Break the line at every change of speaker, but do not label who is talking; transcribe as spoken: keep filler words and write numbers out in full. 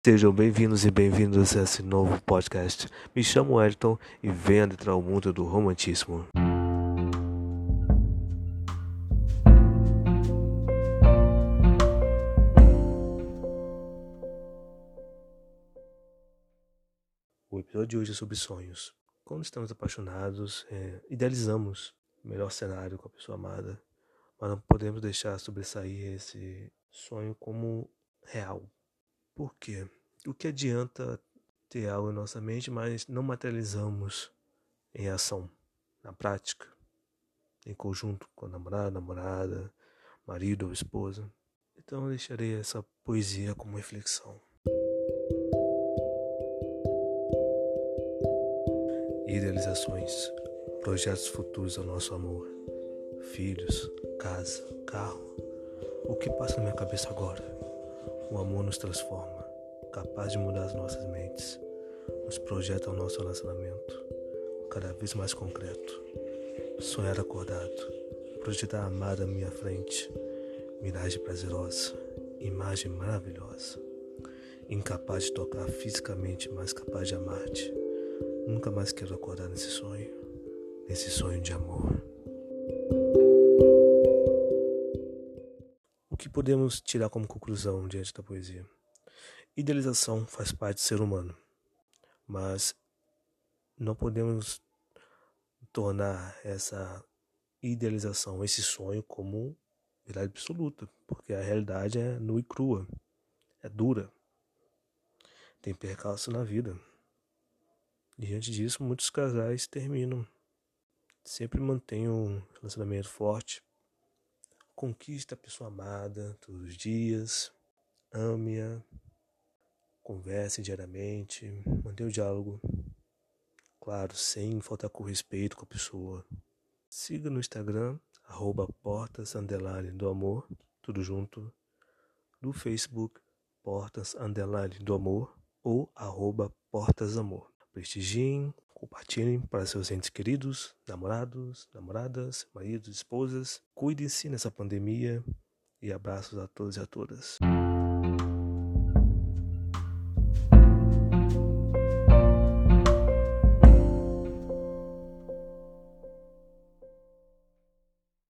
Sejam bem-vindos e bem-vindas a esse novo podcast. Me chamo Elton e venho adentrar o mundo do romantismo. O episódio de hoje é sobre sonhos. Quando estamos apaixonados, é, idealizamos o melhor cenário com a pessoa amada, mas não podemos deixar sobressair esse sonho como real. Por quê? O que adianta ter algo em nossa mente, mas não materializamos em ação, na prática, em conjunto com a namorada, namorada, marido ou esposa? Então eu deixarei essa poesia como reflexão. Idealizações, projetos futuros ao nosso amor, filhos, casa, carro. O que passa na minha cabeça agora? O amor nos transforma, capaz de mudar as nossas mentes, nos projeta ao nosso relacionamento, cada vez mais concreto. Sonhar acordado, projetar a amada à minha frente, miragem prazerosa, imagem maravilhosa. Incapaz de tocar fisicamente, mas capaz de amar-te. Nunca mais quero acordar nesse sonho, nesse sonho de amor. O que podemos tirar como conclusão diante da poesia? Idealização faz parte do ser humano, mas não podemos tornar essa idealização, esse sonho, como verdade absoluta, porque a realidade é nua e crua, é dura, tem percalço na vida. Diante disso, muitos casais terminam. Sempre mantenham um relacionamento forte. Conquista a pessoa amada todos os dias. Ame-a. Converse diariamente. Mantenha o diálogo. Claro, sem faltar com respeito com a pessoa. Siga no Instagram, arroba portas, underline, do amor. Tudo junto. No Facebook, portas, underline, do amor. Ou arroba portasamor. Prestigiem, compartilhem para seus entes queridos, namorados, namoradas, maridos, esposas. Cuidem-se nessa pandemia e abraços a todos e a todas.